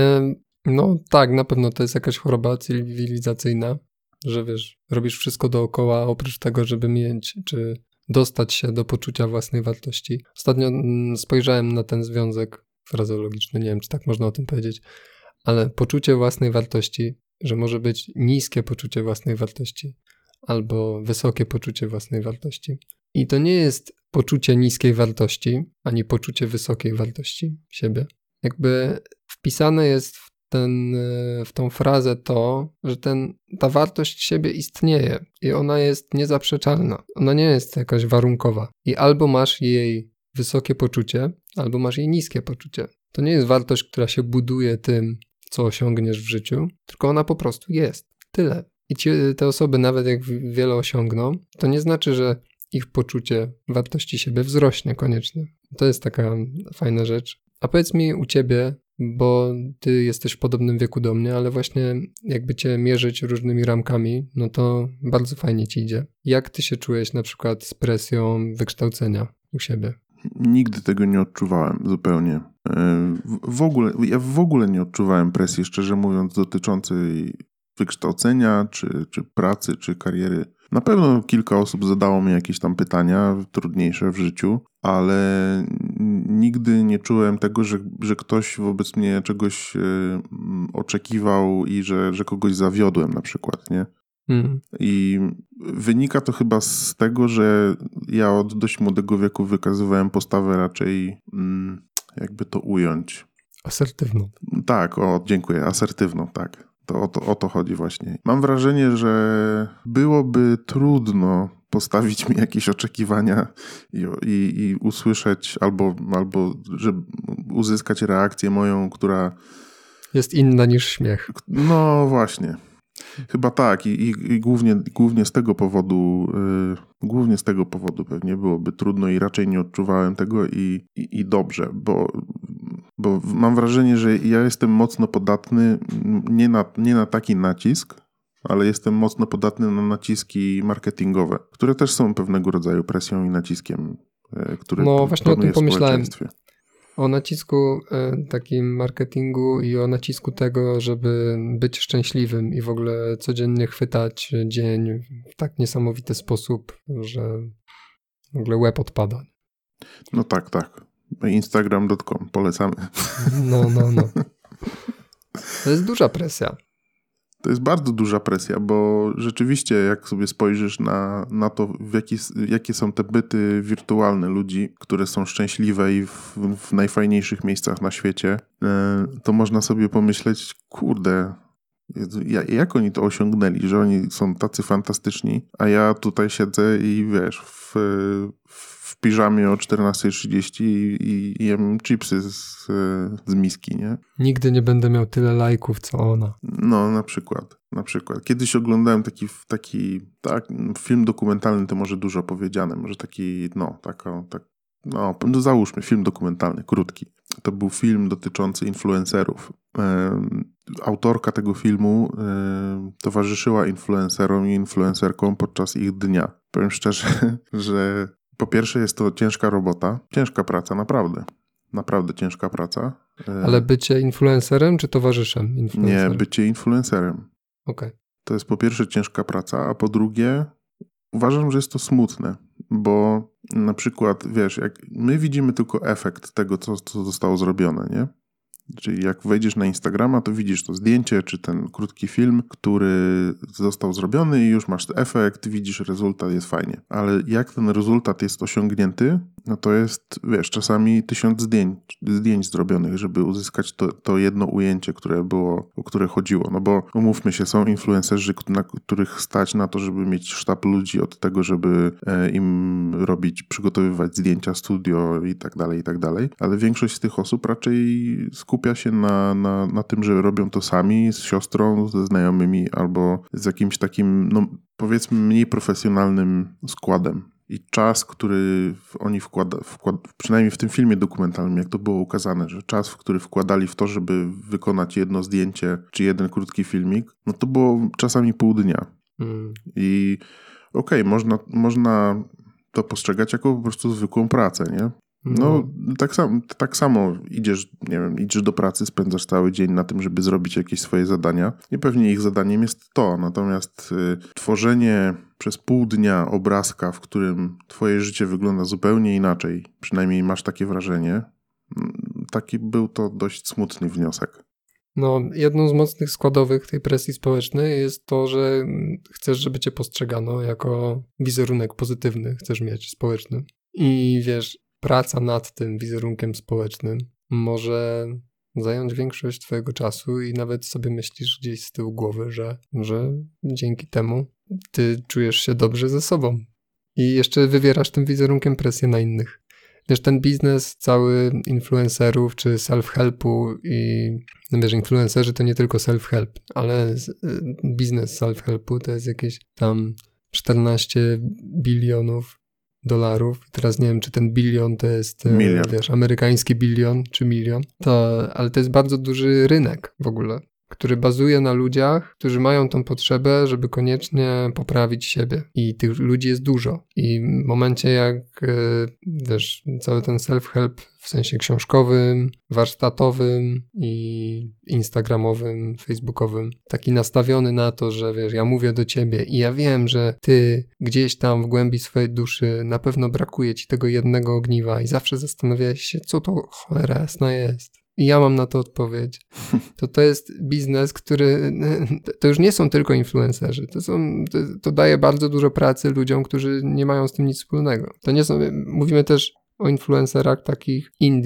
B: tak, na pewno to jest jakaś choroba cywilizacyjna, że robisz wszystko dookoła, oprócz tego, żeby mieć, czy dostać się do poczucia własnej wartości. Ostatnio spojrzałem na ten związek frazeologiczny, nie wiem, czy tak można o tym powiedzieć, ale poczucie własnej wartości, że może być niskie poczucie własnej wartości albo wysokie poczucie własnej wartości. I to nie jest poczucie niskiej wartości, ani poczucie wysokiej wartości siebie. Jakby wpisane jest w tą frazę to, że ta wartość siebie istnieje i ona jest niezaprzeczalna. Ona nie jest jakaś warunkowa. I albo masz jej wysokie poczucie, albo masz jej niskie poczucie. To nie jest wartość, która się buduje tym, co osiągniesz w życiu, tylko ona po prostu jest. Tyle. I te osoby, nawet jak wiele osiągną, to nie znaczy, że ich poczucie wartości siebie wzrośnie koniecznie. To jest taka fajna rzecz. A powiedz mi u ciebie, bo ty jesteś w podobnym wieku do mnie, ale właśnie jakby cię mierzyć różnymi ramkami, no to bardzo fajnie ci idzie. Jak ty się czułeś na przykład z presją wykształcenia u siebie?
A: Nigdy tego nie odczuwałem zupełnie. Ja w ogóle nie odczuwałem presji, szczerze mówiąc, dotyczącej wykształcenia, czy pracy, czy kariery. Na pewno kilka osób zadało mi jakieś tam pytania trudniejsze w życiu, ale nigdy nie czułem tego, że ktoś wobec mnie czegoś oczekiwał i że kogoś zawiodłem na przykład, nie? I wynika to chyba z tego, że ja od dość młodego wieku wykazywałem postawę raczej, jakby to ująć.
B: Asertywną.
A: Tak, dziękuję, asertywną, tak. To o to chodzi właśnie. Mam wrażenie, że byłoby trudno postawić mi jakieś oczekiwania i usłyszeć albo żeby uzyskać reakcję moją, która...
B: Jest inna niż śmiech.
A: No właśnie. Chyba tak i głównie z tego powodu pewnie byłoby trudno i raczej nie odczuwałem tego i dobrze, bo mam wrażenie, że ja jestem mocno podatny nie na taki nacisk, ale jestem mocno podatny na naciski marketingowe, które też są pewnego rodzaju presją i naciskiem, który
B: właśnie o tym pomyślałem. O nacisku takim marketingu i o nacisku tego, żeby być szczęśliwym i w ogóle codziennie chwytać dzień w tak niesamowity sposób, że w ogóle łeb odpada.
A: No tak. Instagram.com, polecamy.
B: No. To jest duża presja.
A: To jest bardzo duża presja, bo rzeczywiście jak sobie spojrzysz na to, jakie są te byty wirtualne ludzi, które są szczęśliwe i w najfajniejszych miejscach na świecie, to można sobie pomyśleć, kurde, jak oni to osiągnęli, że oni są tacy fantastyczni, a ja tutaj siedzę i wiesz, w piżamie o 14:30 i jem chipsy z miski, nie?
B: Nigdy nie będę miał tyle lajków, co ona.
A: No, na przykład. Kiedyś oglądałem taki film dokumentalny, to może dużo powiedziane, może załóżmy film dokumentalny, krótki. To był film dotyczący influencerów. Autorka tego filmu towarzyszyła influencerom i influencerkom podczas ich dnia. Powiem szczerze, że po pierwsze jest to ciężka robota, ciężka praca, naprawdę ciężka praca.
B: Ale bycie influencerem czy towarzyszem influencerem?
A: Nie, bycie influencerem.
B: Okej.
A: To jest po pierwsze ciężka praca, a po drugie uważam, że jest to smutne, bo na przykład, wiesz, jak my widzimy tylko efekt tego, co zostało zrobione, nie? Czyli jak wejdziesz na Instagrama, to widzisz to zdjęcie, czy ten krótki film, który został zrobiony i już masz efekt, widzisz rezultat, jest fajnie. Ale jak ten rezultat jest osiągnięty, no to jest, wiesz, czasami 1000 zdjęć zrobionych, żeby uzyskać to jedno ujęcie, o które chodziło. No bo umówmy się, są influencerzy, na których stać na to, żeby mieć sztab ludzi od tego, żeby im przygotowywać zdjęcia, studio i tak dalej, ale większość z tych osób raczej skupia się na tym, że robią to sami, z siostrą, ze znajomymi albo z jakimś takim, no powiedzmy, mniej profesjonalnym składem. I czas, który oni przynajmniej w tym filmie dokumentalnym, jak to było ukazane, że czas, który wkładali w to, żeby wykonać jedno zdjęcie czy jeden krótki filmik, no to było czasami pół dnia. I okej, można to postrzegać jako po prostu zwykłą pracę, nie? No, tak samo idziesz do pracy, spędzasz cały dzień na tym, żeby zrobić jakieś swoje zadania i pewnie ich zadaniem jest to. Natomiast tworzenie przez pół dnia obrazka, w którym twoje życie wygląda zupełnie inaczej, przynajmniej masz takie wrażenie, był to dość smutny wniosek.
B: No, jedną z mocnych składowych tej presji społecznej jest to, że chcesz, żeby cię postrzegano jako wizerunek pozytywny, chcesz mieć społeczny. I wiesz, praca nad tym wizerunkiem społecznym może zająć większość twojego czasu i nawet sobie myślisz gdzieś z tyłu głowy, że dzięki temu ty czujesz się dobrze ze sobą i jeszcze wywierasz tym wizerunkiem presję na innych. Wiesz, ten biznes cały influencerów czy self-helpu i wiesz, influencerzy to nie tylko self-help, ale biznes self-helpu to jest jakieś tam 14 bilionów dolarów. Teraz nie wiem, czy ten bilion to jest, wiesz, amerykański bilion, czy milion. Ale to jest bardzo duży rynek w ogóle, który bazuje na ludziach, którzy mają tą potrzebę, żeby koniecznie poprawić siebie. I tych ludzi jest dużo. I w momencie jak, wiesz, cały ten self-help w sensie książkowym, warsztatowym i instagramowym, facebookowym, taki nastawiony na to, że wiesz, ja mówię do ciebie i ja wiem, że ty gdzieś tam w głębi swojej duszy na pewno brakuje ci tego jednego ogniwa i zawsze zastanawiałeś się, co to cholera jasna jest. I ja mam na to odpowiedź. To jest biznes, który... To już nie są tylko influencerzy. To daje bardzo dużo pracy ludziom, którzy nie mają z tym nic wspólnego. To nie są... Mówimy też o influencerach takich indie,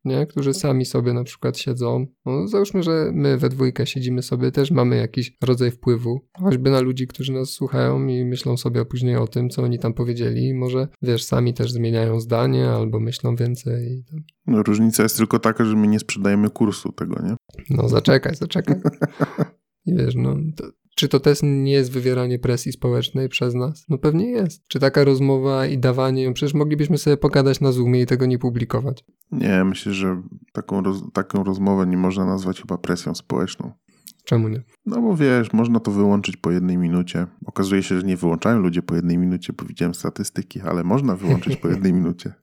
B: nie? Którzy sami sobie na przykład siedzą. No, załóżmy, że my we dwójkę siedzimy sobie, też mamy jakiś rodzaj wpływu, choćby na ludzi, którzy nas słuchają i myślą sobie później o tym, co oni tam powiedzieli. Może, wiesz, sami też zmieniają zdanie albo myślą więcej.
A: No, różnica jest tylko taka, że my nie sprzedajemy kursu tego, nie?
B: No zaczekaj. I wiesz, no... Czy to też nie jest wywieranie presji społecznej przez nas? No pewnie jest. Czy taka rozmowa i dawanie ją, przecież moglibyśmy sobie pogadać na Zoomie i tego nie publikować.
A: Nie, myślę, że taką rozmowę nie można nazwać chyba presją społeczną.
B: Czemu nie?
A: No bo wiesz, można to wyłączyć po 1 minucie. Okazuje się, że nie wyłączają ludzie po 1 minucie, bo widziałem statystyki, ale można wyłączyć po 1 minucie.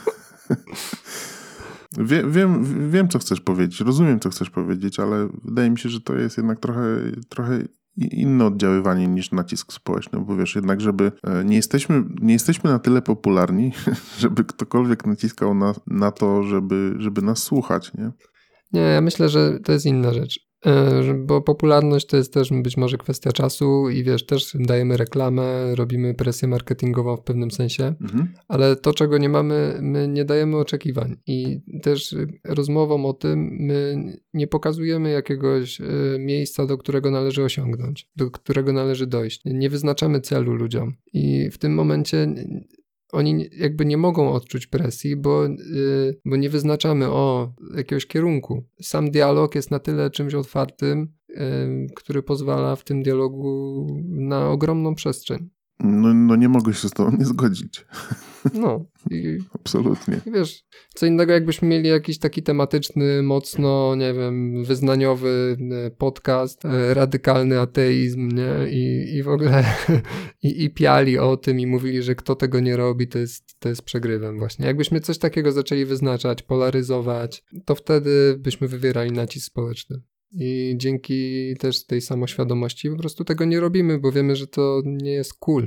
A: Wiem, co chcesz powiedzieć, rozumiem, co chcesz powiedzieć, ale wydaje mi się, że to jest jednak trochę inne oddziaływanie niż nacisk społeczny, bo wiesz, jednak żeby nie jesteśmy na tyle popularni, żeby ktokolwiek naciskał na to, żeby nas słuchać, nie?
B: Nie, ja myślę, że to jest inna rzecz. Bo popularność to jest też być może kwestia czasu i wiesz, też dajemy reklamę, robimy presję marketingową w pewnym sensie, ale to, czego nie mamy, my nie dajemy oczekiwań i też rozmową o tym my nie pokazujemy jakiegoś miejsca, do którego należy osiągnąć, do którego należy dojść. Nie wyznaczamy celu ludziom i w tym momencie oni jakby nie mogą odczuć presji, bo nie wyznaczamy jakiegoś kierunku. Sam dialog jest na tyle czymś otwartym, który pozwala w tym dialogu na ogromną przestrzeń.
A: No nie mogę się z tobą nie zgodzić.
B: No.
A: Absolutnie.
B: I wiesz, co innego jakbyśmy mieli jakiś taki tematyczny, mocno, nie wiem, wyznaniowy podcast, radykalny ateizm, nie? I w ogóle i piali o tym i mówili, że kto tego nie robi, to jest przegrywem właśnie. Jakbyśmy coś takiego zaczęli wyznaczać, polaryzować, to wtedy byśmy wywierali nacisk społeczny. I dzięki też tej samoświadomości po prostu tego nie robimy, bo wiemy, że to nie jest cool.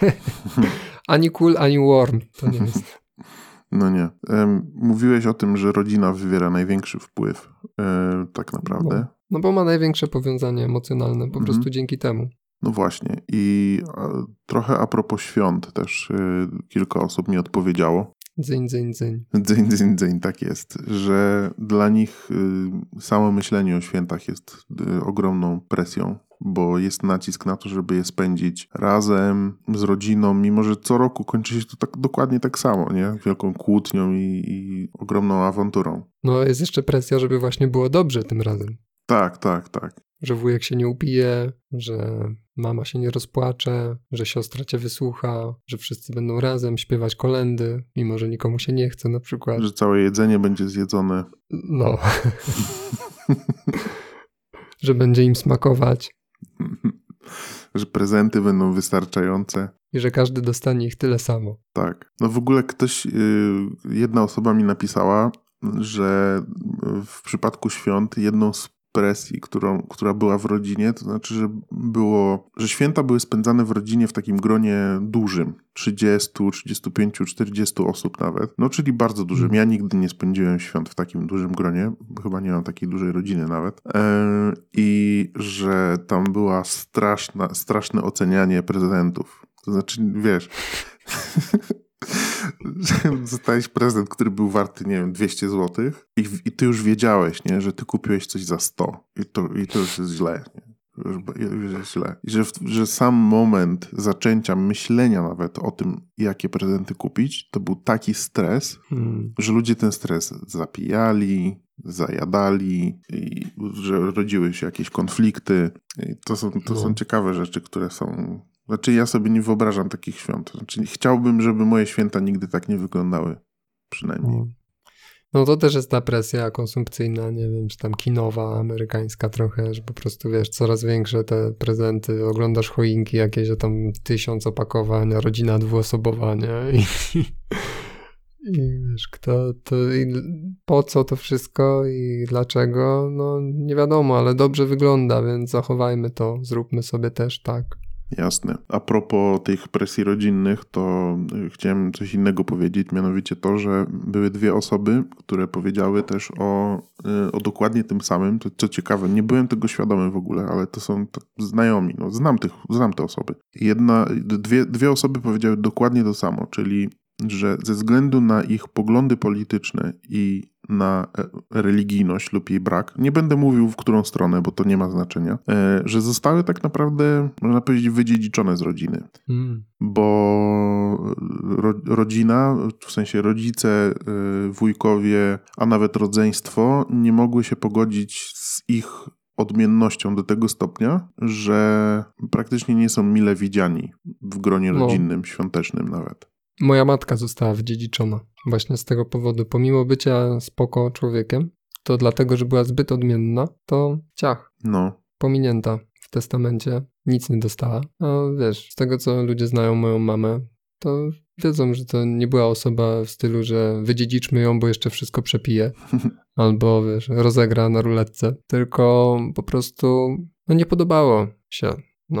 B: Ani cool, ani warm to nie jest.
A: No nie. Mówiłeś o tym, że rodzina wywiera największy wpływ tak naprawdę.
B: No bo ma największe powiązanie emocjonalne po prostu dzięki temu.
A: No właśnie. I trochę a propos świąt też kilka osób mi odpowiedziało.
B: Dzyń.
A: Dzyń, tak jest. Że dla nich samo myślenie o świętach jest ogromną presją, bo jest nacisk na to, żeby je spędzić razem, z rodziną, mimo że co roku kończy się to dokładnie tak samo, nie? Wielką kłótnią i ogromną awanturą.
B: No jest jeszcze presja, żeby właśnie było dobrze tym razem.
A: Tak.
B: Że wujek się nie upije, że mama się nie rozpłacze, że siostra cię wysłucha, że wszyscy będą razem śpiewać kolędy, mimo że nikomu się nie chce na przykład.
A: Że całe jedzenie będzie zjedzone.
B: No. Że będzie im smakować.
A: Że prezenty będą wystarczające.
B: I że każdy dostanie ich tyle samo.
A: Tak. No w ogóle jedna osoba mi napisała, że w przypadku świąt jedną z presji, która była w rodzinie, to znaczy, że święta były spędzane w rodzinie w takim gronie dużym, 30, 35, 40 osób nawet, no czyli bardzo dużym. Ja nigdy nie spędziłem świąt w takim dużym gronie, chyba nie mam takiej dużej rodziny nawet, i że tam była straszne ocenianie prezentów. To znaczy, wiesz... że dostałeś prezent, który był warty, nie wiem, 200 zł i ty już wiedziałeś, nie, że ty kupiłeś coś za 100 i to już jest źle, nie? Już jest źle. I że sam moment zaczęcia myślenia nawet o tym, jakie prezenty kupić, to był taki stres, że ludzie ten stres zapijali, zajadali i że rodziły się jakieś konflikty. I to są ciekawe rzeczy, które są... Znaczy ja sobie nie wyobrażam takich świąt. Znaczy chciałbym, żeby moje święta nigdy tak nie wyglądały. Przynajmniej.
B: No to też jest ta presja konsumpcyjna, nie wiem, czy tam kinowa, amerykańska trochę, że po prostu wiesz, coraz większe te prezenty, oglądasz choinki jakieś, że tam 1000 opakowań, rodzina dwuosobowa, nie? I wiesz, kto to i po co to wszystko i dlaczego, no nie wiadomo, ale dobrze wygląda, więc zachowajmy to, zróbmy sobie też tak.
A: Jasne. A propos tych presji rodzinnych, to chciałem coś innego powiedzieć, mianowicie to, że były 2 osoby, które powiedziały też o dokładnie tym samym, to co ciekawe, nie byłem tego świadomy w ogóle, ale to są znajomi, no znam te osoby. Dwie osoby powiedziały dokładnie to samo, czyli że ze względu na ich poglądy polityczne i na religijność lub jej brak, nie będę mówił w którą stronę, bo to nie ma znaczenia, że zostały tak naprawdę, można powiedzieć, wydziedziczone z rodziny. Bo rodzina, w sensie rodzice, wujkowie, a nawet rodzeństwo nie mogły się pogodzić z ich odmiennością do tego stopnia, że praktycznie nie są mile widziani w gronie rodzinnym, świątecznym nawet.
B: Moja matka została wydziedziczona właśnie z tego powodu. Pomimo bycia spoko człowiekiem, to dlatego, że była zbyt odmienna, to pominięta w testamencie. Nic nie dostała. A wiesz, z tego co ludzie znają moją mamę, to wiedzą, że to nie była osoba w stylu, że wydziedziczmy ją, bo jeszcze wszystko przepije. Albo wiesz, rozegra na ruletce. Tylko po prostu nie podobało się,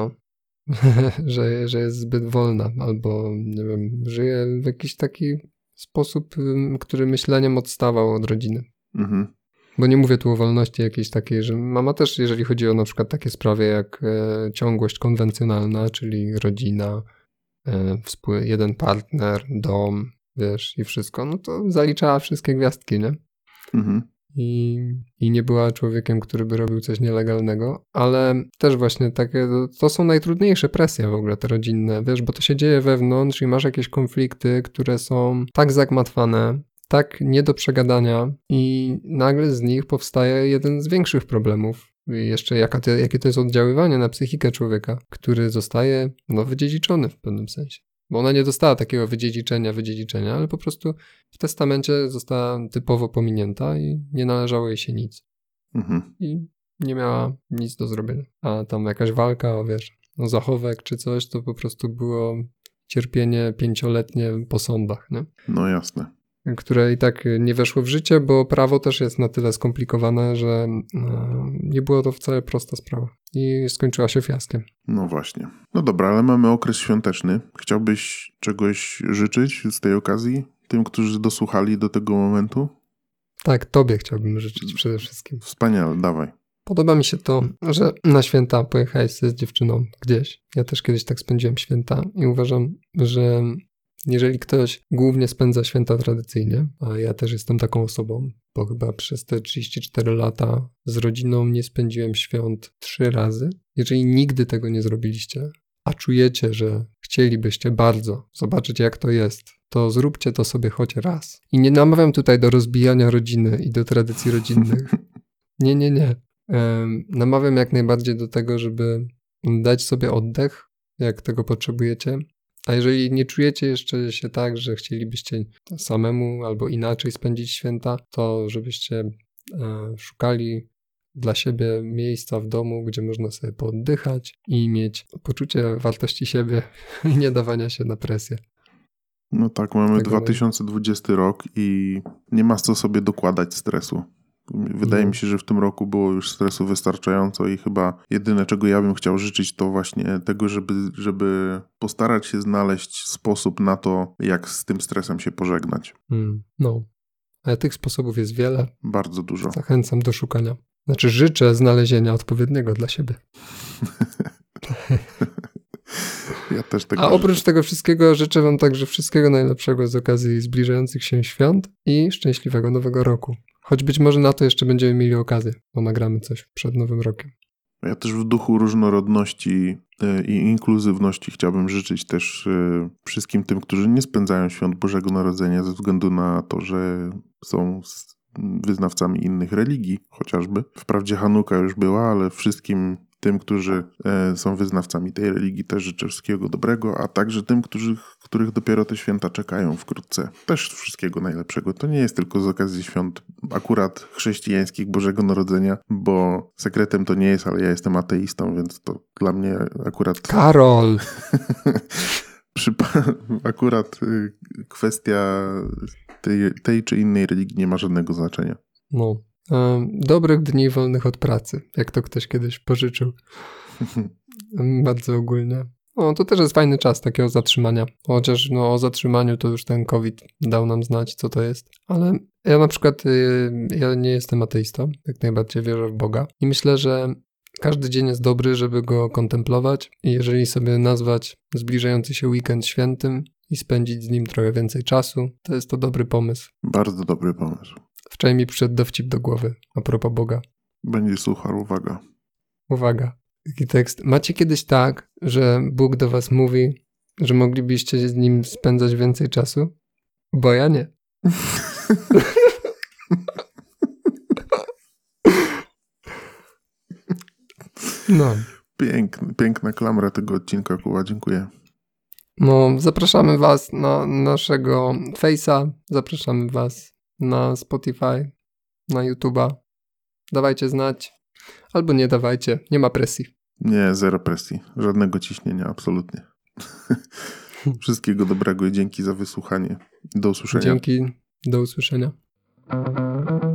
B: że jest zbyt wolna, albo nie wiem, żyje w jakiś taki sposób, który myśleniem odstawał od rodziny. Bo nie mówię tu o wolności jakiejś takiej, że mama też, jeżeli chodzi o na przykład takie sprawy jak ciągłość konwencjonalna, czyli rodzina, jeden partner, dom, wiesz, i wszystko, no to zaliczała wszystkie gwiazdki, nie? I nie była człowiekiem, który by robił coś nielegalnego, ale też właśnie takie, to są najtrudniejsze presje w ogóle te rodzinne, wiesz, bo to się dzieje wewnątrz i masz jakieś konflikty, które są tak zagmatwane, tak nie do przegadania i nagle z nich powstaje jeden z większych problemów. I jeszcze jakie to jest oddziaływanie na psychikę człowieka, który zostaje wydziedziczony w pewnym sensie. Bo ona nie dostała takiego wydziedziczenia, ale po prostu w testamencie została typowo pominięta i nie należało jej się nic. I nie miała nic do zrobienia. A tam jakaś walka o zachowek czy coś, to po prostu było cierpienie 5-letnie po sądach, nie?
A: No jasne.
B: Które i tak nie weszło w życie, bo prawo też jest na tyle skomplikowane, że nie było to wcale prosta sprawa. I skończyła się fiaskiem.
A: No właśnie. No dobra, ale mamy okres świąteczny. Chciałbyś czegoś życzyć z tej okazji tym, którzy dosłuchali do tego momentu?
B: Tak, tobie chciałbym życzyć przede wszystkim.
A: Wspaniale, dawaj.
B: Podoba mi się to, że na święta pojechałeś z dziewczyną gdzieś. Ja też kiedyś tak spędziłem święta i uważam, że jeżeli ktoś głównie spędza święta tradycyjnie, a ja też jestem taką osobą, bo chyba przez te 34 lata z rodziną nie spędziłem świąt 3 razy. Jeżeli nigdy tego nie zrobiliście, a czujecie, że chcielibyście bardzo zobaczyć, jak to jest, to zróbcie to sobie choć raz. I nie namawiam tutaj do rozbijania rodziny i do tradycji rodzinnych. Nie. Namawiam jak najbardziej do tego, żeby dać sobie oddech, jak tego potrzebujecie. A jeżeli nie czujecie jeszcze się tak, że chcielibyście samemu albo inaczej spędzić święta, to żebyście szukali dla siebie miejsca w domu, gdzie można sobie pooddychać i mieć poczucie wartości siebie i nie dawania się na presję.
A: No tak, mamy 2020 rok i nie ma co sobie dokładać stresu. Wydaje mi się, że w tym roku było już stresu wystarczająco i chyba jedyne, czego ja bym chciał życzyć, to właśnie tego, żeby postarać się znaleźć sposób na to, jak z tym stresem się pożegnać.
B: No, ale tych sposobów jest wiele.
A: Bardzo dużo.
B: Zachęcam do szukania. Znaczy życzę znalezienia odpowiedniego dla siebie.
A: Ja też tego
B: A oprócz tego wszystkiego życzę wam także wszystkiego najlepszego z okazji zbliżających się świąt i szczęśliwego nowego roku. Choć być może na to jeszcze będziemy mieli okazję, bo nagramy coś przed nowym rokiem.
A: Ja też w duchu różnorodności i inkluzywności chciałbym życzyć też wszystkim tym, którzy nie spędzają świąt Bożego Narodzenia ze względu na to, że są wyznawcami innych religii chociażby. Wprawdzie Hanuka już była, ale wszystkim tym, którzy są wyznawcami tej religii, też życzę wszystkiego dobrego, a także tym, których dopiero te święta czekają wkrótce. Też wszystkiego najlepszego. To nie jest tylko z okazji świąt akurat chrześcijańskich Bożego Narodzenia, bo sekretem to nie jest, ale ja jestem ateistą, więc to dla mnie akurat...
B: Karol!
A: Akurat kwestia tej czy innej religii nie ma żadnego znaczenia.
B: No. Dobrych dni wolnych od pracy, jak to ktoś kiedyś pożyczył. Bardzo ogólnie. To też jest fajny czas takiego zatrzymania. Chociaż o zatrzymaniu to już ten COVID dał nam znać, co to jest. Ale ja na przykład, ja nie jestem ateistą, jak najbardziej wierzę w Boga. I myślę, że każdy dzień jest dobry, żeby go kontemplować. I jeżeli sobie nazwać zbliżający się weekend świętym i spędzić z nim trochę więcej czasu, to jest to dobry pomysł.
A: Bardzo dobry pomysł.
B: Wczoraj mi przyszedł dowcip do głowy a propos Boga.
A: Będzie suchar, uwaga.
B: Uwaga, taki tekst. Macie kiedyś tak, że Bóg do was mówi, że moglibyście z nim spędzać więcej czasu? Bo ja nie. No.
A: Piękna klamra tego odcinka, Kuba, dziękuję.
B: No, zapraszamy was na naszego Face'a, zapraszamy was na Spotify, na YouTube'a. Dawajcie znać, albo nie dawajcie, nie ma presji.
A: Nie, zero presji, żadnego ciśnienia, absolutnie. Wszystkiego dobrego i dzięki za wysłuchanie. Do usłyszenia.
B: Dzięki, do usłyszenia.